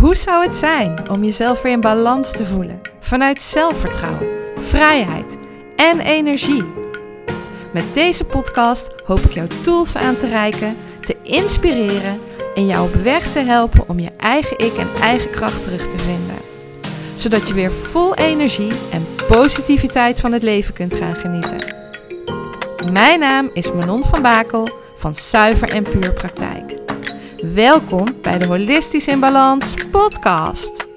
Hoe zou het zijn om jezelf weer in balans te voelen? Vanuit zelfvertrouwen, vrijheid en energie. Met deze podcast hoop ik jou tools aan te reiken, te inspireren en jou op weg te helpen om je eigen ik en eigen kracht terug te vinden. Zodat je weer vol energie en positiviteit van het leven kunt gaan genieten. Mijn naam is Manon van Bakel van Zuiver en Puur Praktijk. Welkom bij de Holistisch in Balans podcast.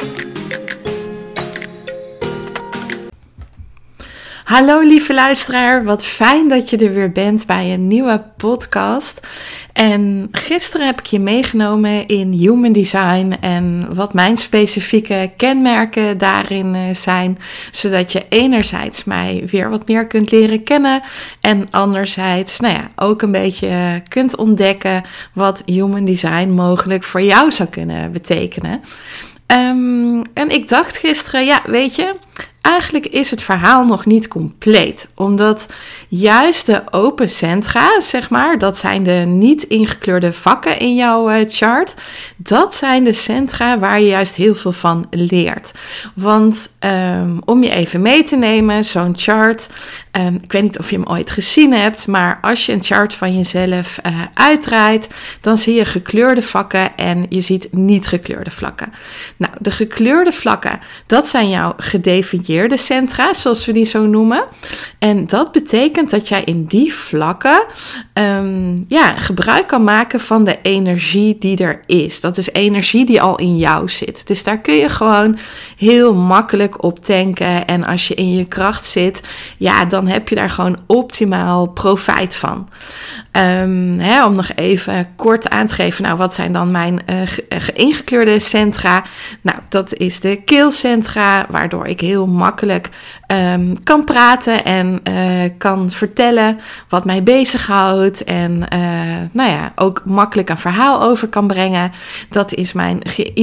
Hallo lieve luisteraar, wat fijn dat je er weer bent bij een nieuwe podcast. En gisteren heb ik je meegenomen in Human Design en wat mijn specifieke kenmerken daarin zijn. Zodat je enerzijds mij weer wat meer kunt leren kennen en anderzijds ook een beetje kunt ontdekken wat Human Design mogelijk voor jou zou kunnen betekenen. En ik dacht gisteren, eigenlijk is het verhaal nog niet compleet. Omdat juist de open centra, dat zijn de niet ingekleurde vakken in jouw chart. Dat zijn de centra waar je juist heel veel van leert. Want om je even mee te nemen, zo'n chart, ik weet niet of je hem ooit gezien hebt, maar als je een chart van jezelf uitdraait, dan zie je gekleurde vakken en je ziet niet gekleurde vlakken. Nou, de gekleurde vlakken, dat zijn jouw gedefinieerde centra, zoals we die zo noemen. En dat betekent dat jij in die vlakken gebruik kan maken van de energie die er is. Dat is energie die al in jou zit. Dus daar kun je gewoon heel makkelijk op tanken. En als je in je kracht zit, dan heb je daar gewoon optimaal profijt van. Om nog even kort aan te geven, wat zijn dan mijn ingekleurde centra? Nou, dat is de keelcentra, waardoor ik heel makkelijk kan praten en kan vertellen wat mij bezighoudt en ook makkelijk een verhaal over kan brengen. Dat is mijn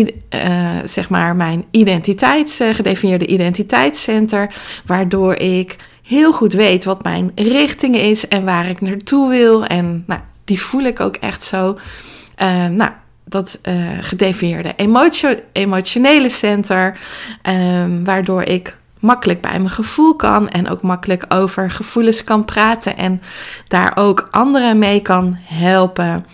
gedefinieerde identiteitscenter, waardoor ik heel goed weet wat mijn richting is en waar ik naartoe wil. En die voel ik ook echt zo. Dat gedefinieerde emotionele center, waardoor ik makkelijk bij mijn gevoel kan en ook makkelijk over gevoelens kan praten en daar ook anderen mee kan helpen.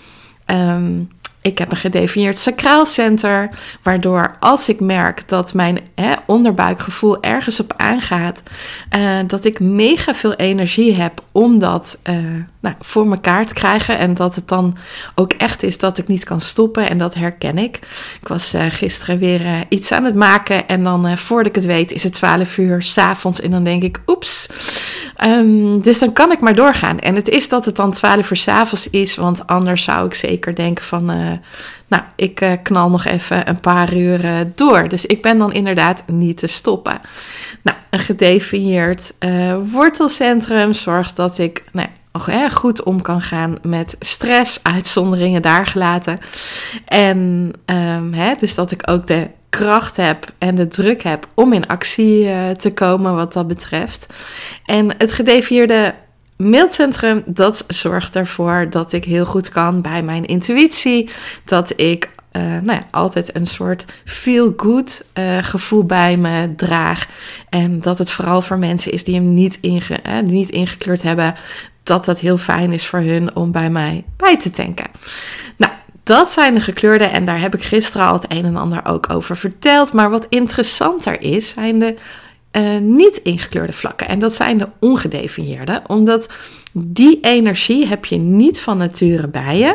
Ik heb een gedefinieerd sacraal center, waardoor als ik merk dat mijn onderbuikgevoel ergens op aangaat, dat ik mega veel energie heb om dat voor mekaar te krijgen en dat het dan ook echt is dat ik niet kan stoppen en dat herken ik. Ik was gisteren weer iets aan het maken en dan voordat ik het weet is het 12 uur 's avonds en dan denk ik oeps. Dus dan kan ik maar doorgaan. En het is dat het dan 12 uur 's avonds is, want anders zou ik zeker denken van ik knal nog even een paar uur door. Dus ik ben dan inderdaad niet te stoppen. Nou, een gedefinieerd wortelcentrum zorgt dat ik goed om kan gaan met stress, uitzonderingen daar gelaten. En dus dat ik ook de kracht heb en de druk heb om in actie te komen wat dat betreft. En het gedefinieerde mildcentrum, dat zorgt ervoor dat ik heel goed kan bij mijn intuïtie. Dat ik altijd een soort feel-good gevoel bij me draag. En dat het vooral voor mensen is die hem niet ingekleurd hebben, dat heel fijn is voor hun om bij mij bij te tanken. Nou, dat zijn de gekleurde en daar heb ik gisteren al het een en ander ook over verteld. Maar wat interessanter is, zijn de niet ingekleurde vlakken. En dat zijn de ongedefinieerde, omdat die energie heb je niet van nature bij je.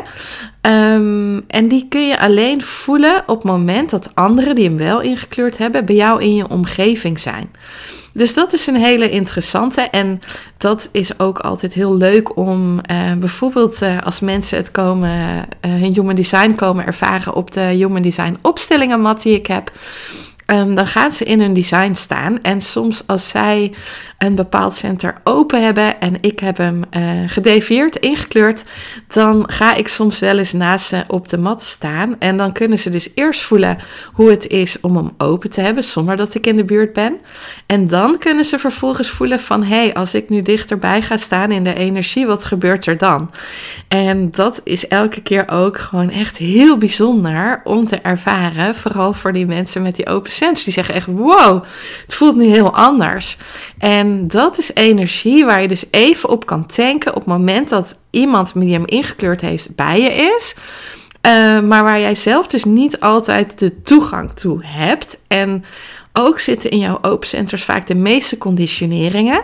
En die kun je alleen voelen op het moment dat anderen die hem wel ingekleurd hebben, bij jou in je omgeving zijn. Dus dat is een hele interessante en dat is ook altijd heel leuk om bijvoorbeeld als mensen hun Human Design komen ervaren op de Human Design opstellingenmat die ik heb. dan gaan ze in hun design staan. En soms als zij een bepaald center open hebben en ik heb hem gedefieerd, ingekleurd, dan ga ik soms wel eens naast ze op de mat staan. En dan kunnen ze dus eerst voelen hoe het is om hem open te hebben, zonder dat ik in de buurt ben. En dan kunnen ze vervolgens voelen van, hey, als ik nu dichterbij ga staan in de energie, wat gebeurt er dan? En dat is elke keer ook gewoon echt heel bijzonder om te ervaren. Vooral voor die mensen met die open centers. Die zeggen echt, wow, het voelt nu heel anders. En dat is energie waar je dus even op kan tanken op het moment dat iemand die hem ingekleurd heeft bij je is. Maar waar jij zelf dus niet altijd de toegang toe hebt. En ook zitten in jouw open centers vaak de meeste conditioneringen.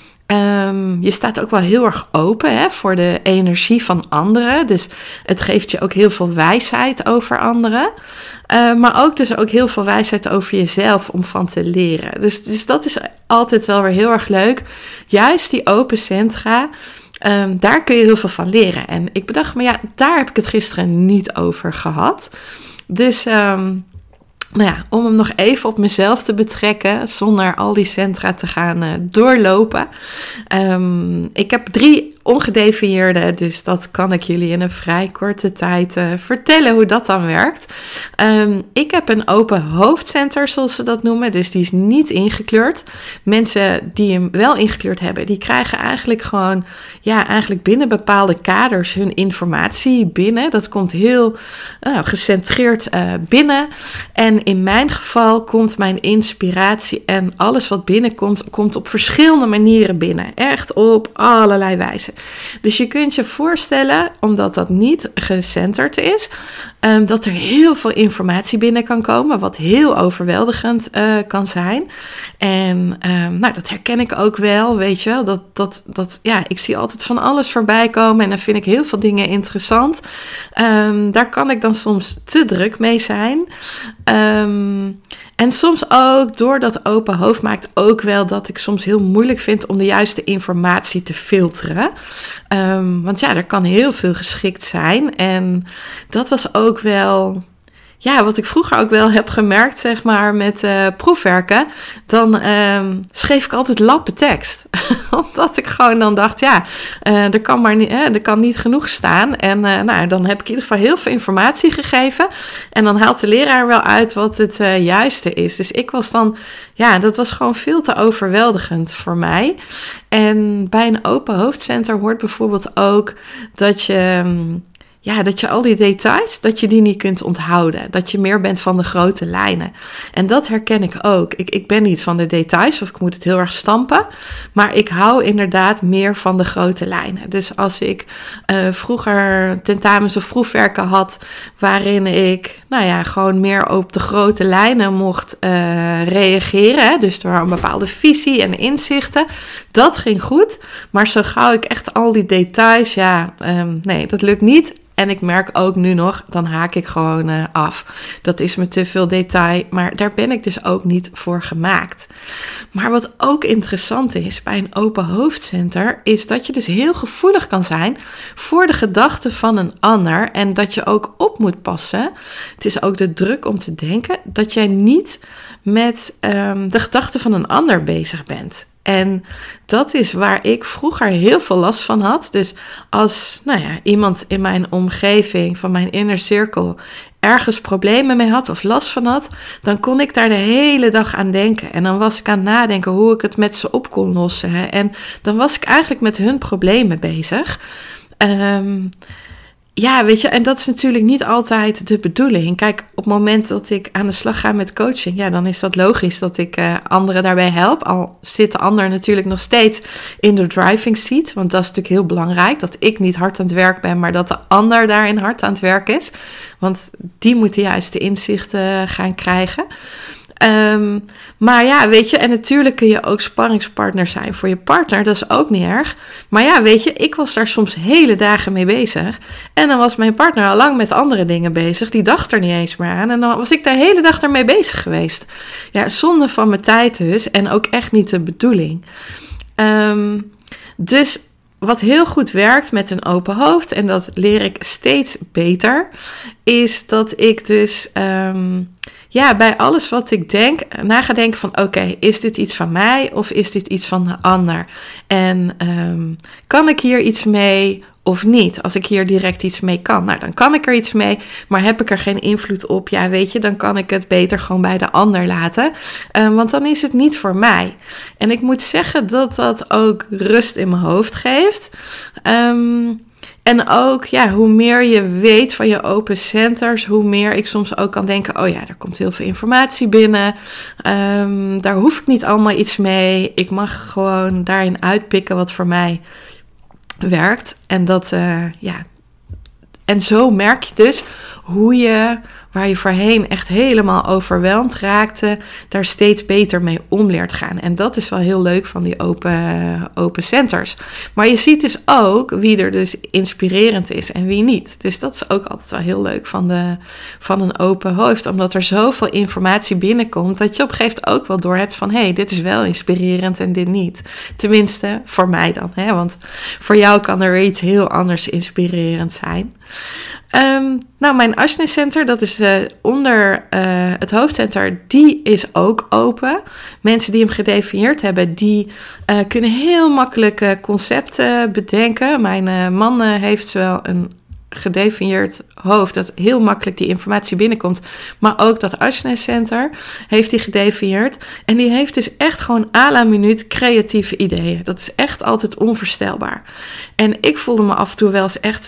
Je staat ook wel heel erg open voor de energie van anderen. Dus het geeft je ook heel veel wijsheid over anderen. Maar ook dus ook heel veel wijsheid over jezelf om van te leren. Dus dat is altijd wel weer heel erg leuk. Juist die open centra, daar kun je heel veel van leren. En ik bedacht me, ja, daar heb ik het gisteren niet over gehad. Dus om hem nog even op mezelf te betrekken, zonder al die centra te gaan doorlopen. Ik heb 3 ongedefinieerde, dus dat kan ik jullie in een vrij korte tijd vertellen hoe dat dan werkt. Ik heb een open hoofdcenter, zoals ze dat noemen, dus die is niet ingekleurd. Mensen die hem wel ingekleurd hebben, die krijgen eigenlijk gewoon, eigenlijk binnen bepaalde kaders hun informatie binnen. Dat komt heel gecentreerd binnen. En in mijn geval komt mijn inspiratie en alles wat binnenkomt, komt op verschillende manieren binnen. Echt op allerlei wijzen. Dus je kunt je voorstellen, omdat dat niet gecenterd is, dat er heel veel informatie binnen kan komen, wat heel overweldigend kan zijn. En dat herken ik ook wel, weet je wel. Ik zie altijd van alles voorbij komen en dan vind ik heel veel dingen interessant. Daar kan ik dan soms te druk mee zijn. En soms ook, door dat open hoofd maakt ook wel dat ik soms heel moeilijk vind om de juiste informatie te filteren. Want er kan heel veel geschikt zijn. En dat was ook wel, wat ik vroeger ook wel heb gemerkt, zeg maar, met proefwerken. Dan schreef ik altijd lappen tekst. Omdat ik gewoon dan dacht, er kan niet genoeg staan. En dan heb ik in ieder geval heel veel informatie gegeven. En dan haalt de leraar wel uit wat het juiste is. Dus ik was dan, dat was gewoon veel te overweldigend voor mij. En bij een open hoofdcenter hoort bijvoorbeeld ook dat je al die details, dat je die niet kunt onthouden. Dat je meer bent van de grote lijnen. En dat herken ik ook. Ik ben niet van de details, of ik moet het heel erg stampen. Maar ik hou inderdaad meer van de grote lijnen. Dus als ik vroeger tentamens of proefwerken had, waarin ik gewoon meer op de grote lijnen mocht reageren. Dus door een bepaalde visie en inzichten. Dat ging goed. Maar zo gauw ik echt al die details, dat lukt niet. En ik merk ook nu nog, dan haak ik gewoon af. Dat is me te veel detail, maar daar ben ik dus ook niet voor gemaakt. Maar wat ook interessant is bij een open hoofdcenter, is dat je dus heel gevoelig kan zijn voor de gedachten van een ander. En dat je ook op moet passen. Het is ook de druk om te denken dat jij niet met de gedachten van een ander bezig bent. En dat is waar ik vroeger heel veel last van had. Dus als iemand in mijn omgeving, van mijn inner circle, ergens problemen mee had of last van had, dan kon ik daar de hele dag aan denken. En dan was ik aan het nadenken hoe ik het met ze op kon lossen. En dan was ik eigenlijk met hun problemen bezig. En dat is natuurlijk niet altijd de bedoeling. Kijk, op het moment dat ik aan de slag ga met coaching, dan is dat logisch dat ik anderen daarbij help. Al zit de ander natuurlijk nog steeds in de driving seat, want dat is natuurlijk heel belangrijk. Dat ik niet hard aan het werk ben, maar dat de ander daarin hard aan het werk is. Want die moet de juiste inzichten gaan krijgen. En natuurlijk kun je ook sparringspartner zijn voor je partner, dat is ook niet erg. Maar ik was daar soms hele dagen mee bezig. En dan was mijn partner al lang met andere dingen bezig, die dacht er niet eens meer aan. En dan was ik de hele dag ermee bezig geweest. Zonde van mijn tijd dus, en ook echt niet de bedoeling. Dus wat heel goed werkt met een open hoofd, en dat leer ik steeds beter, is dat ik dus bij alles wat ik denk, na ga denken van oké, is dit iets van mij of is dit iets van de ander? En kan ik hier iets mee of niet? Als ik hier direct iets mee kan, nou dan kan ik er iets mee, maar heb ik er geen invloed op? Ja, weet je, dan kan ik het beter gewoon bij de ander laten, want dan is het niet voor mij. En ik moet zeggen dat dat ook rust in mijn hoofd geeft. En ook, hoe meer je weet van je open centers, hoe meer ik soms ook kan denken, er komt heel veel informatie binnen. Daar hoef ik niet allemaal iets mee. Ik mag gewoon daarin uitpikken wat voor mij werkt. En en zo merk je dus hoe je, waar je voorheen echt helemaal overweldigd raakte, daar steeds beter mee om leert gaan. En dat is wel heel leuk van die open centers. Maar je ziet dus ook wie er dus inspirerend is en wie niet. Dus dat is ook altijd wel heel leuk van een open hoofd. Omdat er zoveel informatie binnenkomt, dat je op een gegeven moment ook wel door hebt van dit is wel inspirerend en dit niet. Tenminste, voor mij dan. Want voor jou kan er weer iets heel anders inspirerend zijn. Mijn Ashnay Center, dat is onder het hoofdcenter, die is ook open. Mensen die hem gedefinieerd hebben, die kunnen heel makkelijk concepten bedenken. Mijn man heeft wel een gedefinieerd hoofd, dat heel makkelijk die informatie binnenkomt. Maar ook dat Ashnay Center heeft hij gedefinieerd. En die heeft dus echt gewoon à la minuut creatieve ideeën. Dat is echt altijd onvoorstelbaar. En ik voelde me af en toe wel eens echt,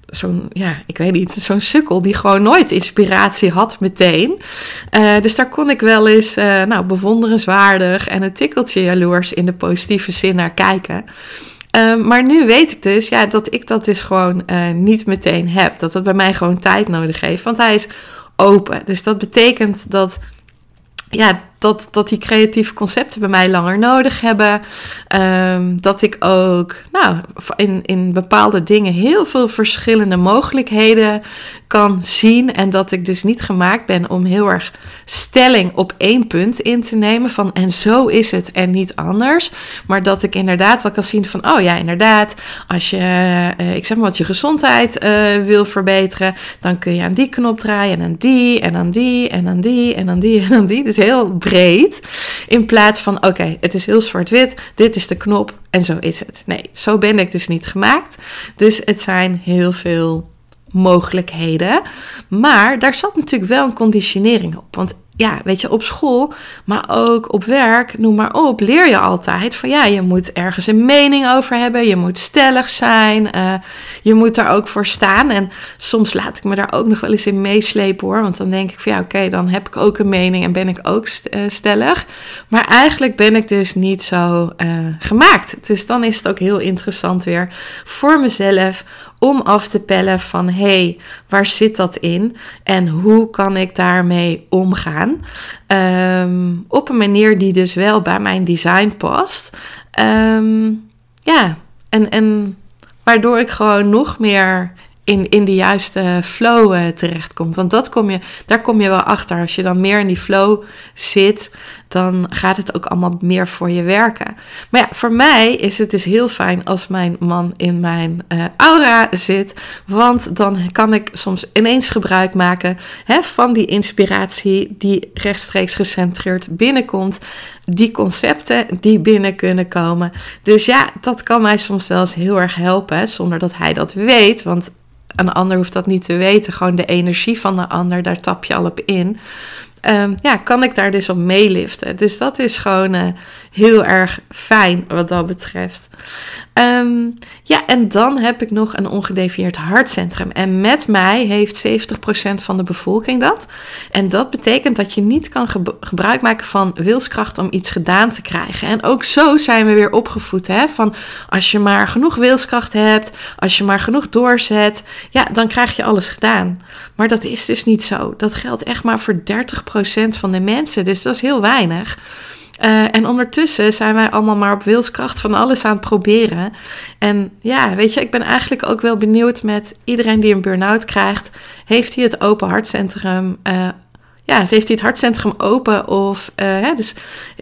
zo'n sukkel die gewoon nooit inspiratie had meteen. Dus daar kon ik wel eens bewonderenswaardig en een tikkeltje jaloers in de positieve zin naar kijken. Maar nu weet ik dus dat ik dat dus gewoon niet meteen heb. Dat bij mij gewoon tijd nodig heeft. Want hij is open. Dus dat betekent dat die creatieve concepten bij mij langer nodig hebben. Dat ik ook in bepaalde dingen heel veel verschillende mogelijkheden kan zien. En dat ik dus niet gemaakt ben om heel erg stelling op één punt in te nemen. Van en zo is het en niet anders. Maar dat ik inderdaad wel kan zien van inderdaad. Als je, ik zeg maar wat, je gezondheid wil verbeteren. Dan kun je aan die knop draaien en aan die en aan die en aan die en aan die en aan die. Dus heel breed. In plaats van het is heel zwart-wit. Dit is de knop en zo is het. Nee, zo ben ik dus niet gemaakt. Dus het zijn heel veel mogelijkheden. Maar daar zat natuurlijk wel een conditionering op. Want op school, maar ook op werk, noem maar op, leer je altijd van je moet ergens een mening over hebben. Je moet stellig zijn. Je moet daar ook voor staan. En soms laat ik me daar ook nog wel eens in meeslepen hoor. Want dan denk ik van dan heb ik ook een mening en ben ik ook stellig. Maar eigenlijk ben ik dus niet zo gemaakt. Dus dan is het ook heel interessant weer voor mezelf om af te pellen van waar zit dat in? En hoe kan ik daarmee omgaan? Op een manier die dus wel bij mijn design past. En waardoor ik gewoon nog meer in de juiste flow terechtkom. Want daar kom je wel achter. Als je dan meer in die flow zit, dan gaat het ook allemaal meer voor je werken. Maar voor mij is het dus heel fijn als mijn man in mijn aura zit. Want dan kan ik soms ineens gebruik maken van die inspiratie die rechtstreeks gecentreerd binnenkomt. Die concepten die binnen kunnen komen. Dus dat kan mij soms wel eens heel erg helpen. Zonder dat hij dat weet. Want een ander hoeft dat niet te weten. Gewoon de energie van de ander, daar tap je al op in. Kan ik daar dus op meeliften. Dus dat is gewoon heel erg fijn wat dat betreft. En dan heb ik nog een ongedefinieerd hartcentrum. En met mij heeft 70% van de bevolking dat. En dat betekent dat je niet kan gebruik maken van wilskracht om iets gedaan te krijgen. En ook zo zijn we weer opgevoed. Van als je maar genoeg wilskracht hebt, als je maar genoeg doorzet, dan krijg je alles gedaan. Maar dat is dus niet zo. Dat geldt echt maar voor 30% van de mensen. Dus dat is heel weinig. En ondertussen zijn wij allemaal maar op wilskracht van alles aan het proberen. En ik ben eigenlijk ook wel benieuwd met iedereen die een burn-out krijgt. Heeft hij het open hartcentrum? Heeft hij het hartcentrum open? Of dus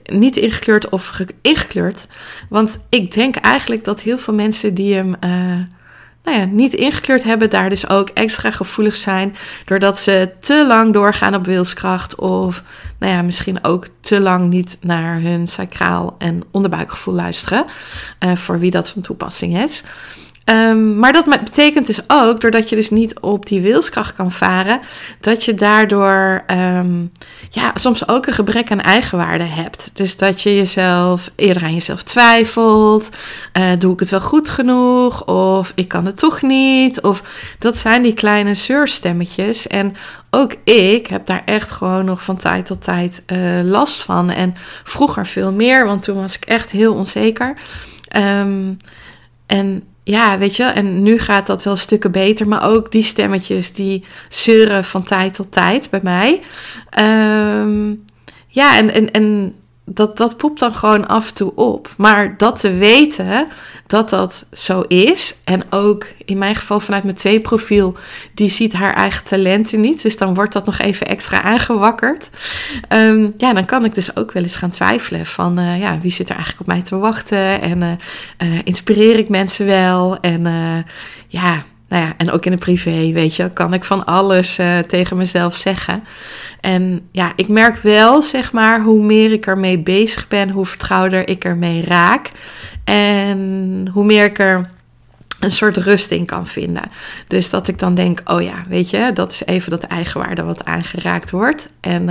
niet ingekleurd of ingekleurd. Want ik denk eigenlijk dat heel veel mensen die hem niet ingekleurd hebben, daar dus ook extra gevoelig zijn. Doordat ze te lang doorgaan op wilskracht. Of misschien ook te lang niet naar hun sacraal en onderbuikgevoel luisteren. Voor wie dat van toepassing is. Maar dat betekent dus ook, doordat je dus niet op die wilskracht kan varen, dat je daardoor soms ook een gebrek aan eigenwaarde hebt. Dus dat je jezelf eerder aan jezelf twijfelt. Doe ik het wel goed genoeg? Of ik kan het toch niet? Of dat zijn die kleine zeurstemmetjes. En ook ik heb daar echt gewoon nog van tijd tot tijd last van. En vroeger veel meer, want toen was ik echt heel onzeker. Ja, weet je, en nu gaat dat wel stukken beter. Maar ook die stemmetjes die zeuren van tijd tot tijd bij mij. En dat popt dan gewoon af en toe op. Maar dat te weten dat dat zo is. En ook in mijn geval vanuit mijn 2 profiel. Die ziet haar eigen talenten niet. Dus dan wordt dat nog even extra aangewakkerd. Dan kan ik dus ook wel eens gaan twijfelen. Van wie zit er eigenlijk op mij te wachten? En inspireer ik mensen wel? En en ook in de privé, weet je, kan ik van alles tegen mezelf zeggen. En ja, ik merk wel, zeg maar, hoe meer ik ermee bezig ben, hoe vertrouwder ik ermee raak. En hoe meer ik er een soort rust in kan vinden. Dus dat ik dan denk, weet je, dat is even dat eigenwaarde wat aangeraakt wordt. En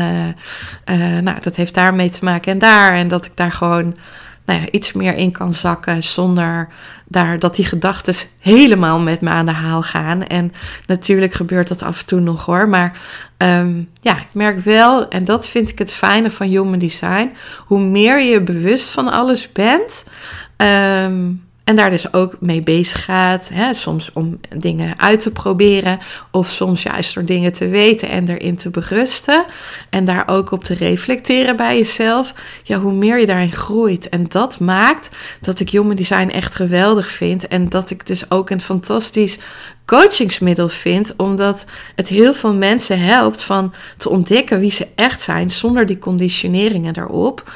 dat heeft daarmee te maken en daar. En dat ik daar gewoon iets meer in kan zakken zonder dat die gedachten helemaal met me aan de haal gaan. En natuurlijk gebeurt dat af en toe nog hoor. Maar ik merk wel, en dat vind ik het fijne van Human Design, hoe meer je bewust van alles bent, en daar dus ook mee bezig gaat. Soms om dingen uit te proberen. Of soms juist door dingen te weten en erin te berusten. En daar ook op te reflecteren bij jezelf. Ja, hoe meer je daarin groeit. En dat maakt dat ik Human Design echt geweldig vind. En dat ik dus ook een fantastisch coachingsmiddel vind. Omdat het heel veel mensen helpt van te ontdekken wie ze echt zijn. Zonder die conditioneringen daarop.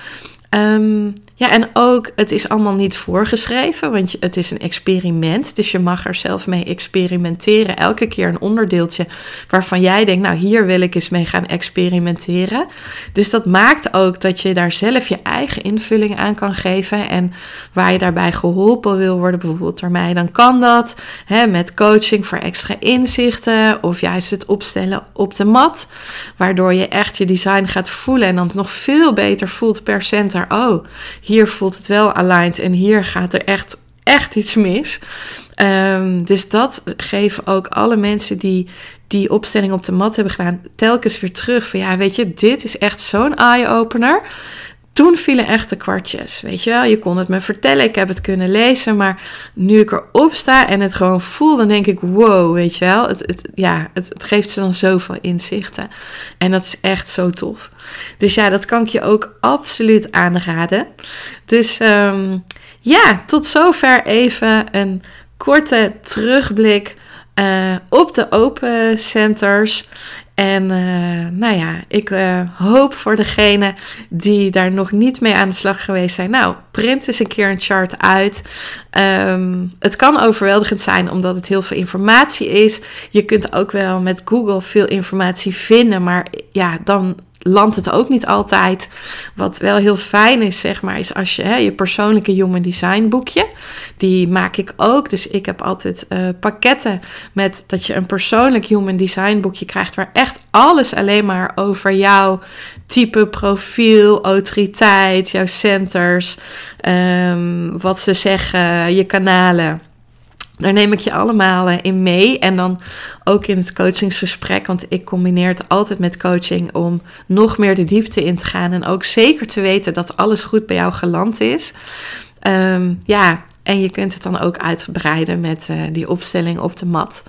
En ook, het is allemaal niet voorgeschreven, want het is een experiment. Dus je mag er zelf mee experimenteren. Elke keer een onderdeeltje waarvan jij denkt, nou hier wil ik eens mee gaan experimenteren. Dus dat maakt ook dat je daar zelf je eigen invulling aan kan geven. En waar je daarbij geholpen wil worden, bijvoorbeeld door mij, dan kan dat. Met coaching voor extra inzichten of juist het opstellen op de mat. Waardoor je echt je design gaat voelen en dan het nog veel beter voelt per center. Hier voelt het wel aligned en hier gaat er echt iets mis. Dus dat geven ook alle mensen die opstelling op de mat hebben gedaan telkens weer terug. Van weet je, dit is echt zo'n eye-opener. Toen vielen echt de kwartjes, weet je wel. Je kon het me vertellen, ik heb het kunnen lezen. Maar nu ik erop sta en het gewoon voel, dan denk ik, wow, weet je wel. Het geeft ze dan zoveel inzichten. En dat is echt zo tof. Dus dat kan ik je ook absoluut aanraden. Dus tot zover even een korte terugblik op de open centers. En ik hoop voor degene die daar nog niet mee aan de slag geweest zijn. Nou, print eens een keer een chart uit. Het kan overweldigend zijn omdat het heel veel informatie is. Je kunt ook wel met Google veel informatie vinden. Maar dan landt het ook niet altijd. Wat wel heel fijn is, zeg maar, is als je persoonlijke Human Design boekje. Die maak ik ook. Dus ik heb altijd pakketten met dat je een persoonlijk Human Design boekje krijgt. Waar echt alles alleen maar over jouw type, profiel, autoriteit, jouw centers, wat ze zeggen, je kanalen. Daar neem ik je allemaal in mee. En dan ook in het coachingsgesprek. Want ik combineer het altijd met coaching om nog meer de diepte in te gaan. En ook zeker te weten dat alles goed bij jou geland is. En je kunt het dan ook uitbreiden met die opstelling op de mat.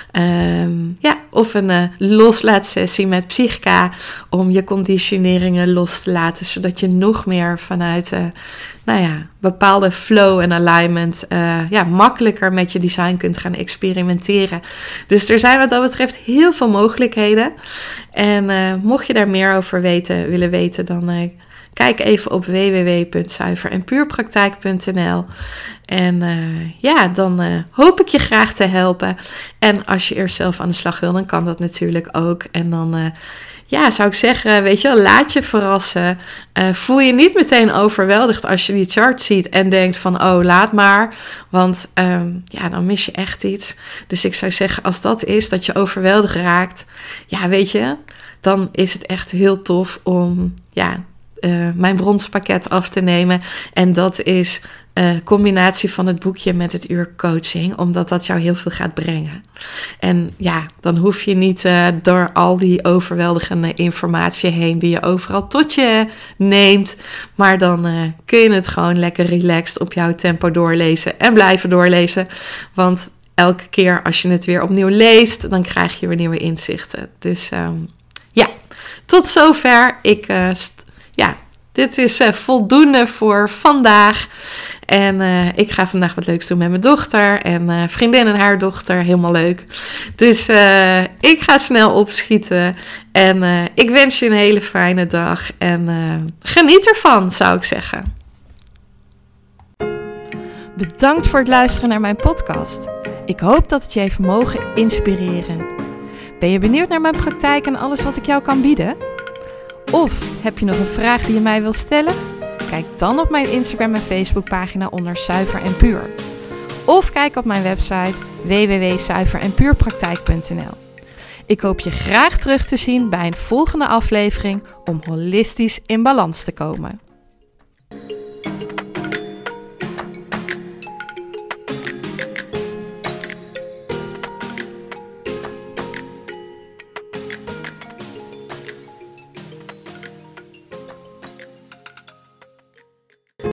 Of een loslaatsessie met Psychica om je conditioneringen los te laten. Zodat je nog meer vanuit bepaalde flow en alignment makkelijker met je design kunt gaan experimenteren. Dus er zijn wat dat betreft heel veel mogelijkheden. En mocht je daar meer over willen weten, dan Kijk even op www.zuiverenpuurpraktijk.nl. En dan hoop ik je graag te helpen. En als je eerst zelf aan de slag wil, dan kan dat natuurlijk ook. En dan zou ik zeggen, weet je wel, laat je verrassen. Voel je niet meteen overweldigd als je die chart ziet en denkt van, oh, laat maar. Want dan mis je echt iets. Dus ik zou zeggen, als dat is, dat je overweldigd raakt, weet je, dan is het echt heel tof om mijn bronspakket af te nemen. En dat is combinatie van het boekje met het uur coaching, omdat dat jou heel veel gaat brengen. En dan hoef je niet door al die overweldigende informatie heen die je overal tot je neemt, maar dan kun je het gewoon lekker relaxed op jouw tempo doorlezen en blijven doorlezen, want elke keer als je het weer opnieuw leest, dan krijg je weer nieuwe inzichten. Dus tot zover. Dit is voldoende voor vandaag. En ik ga vandaag wat leuks doen met mijn dochter. En vriendin en haar dochter. Helemaal leuk. Dus ik ga snel opschieten. En ik wens je een hele fijne dag. En geniet ervan, zou ik zeggen. Bedankt voor het luisteren naar mijn podcast. Ik hoop dat het je heeft mogen inspireren. Ben je benieuwd naar mijn praktijk en alles wat ik jou kan bieden? Of heb je nog een vraag die je mij wil stellen? Kijk dan op mijn Instagram en Facebook pagina onder Zuiver en Puur. Of kijk op mijn website www.zuiverenpuurpraktijk.nl. Ik hoop je graag terug te zien bij een volgende aflevering om holistisch in balans te komen.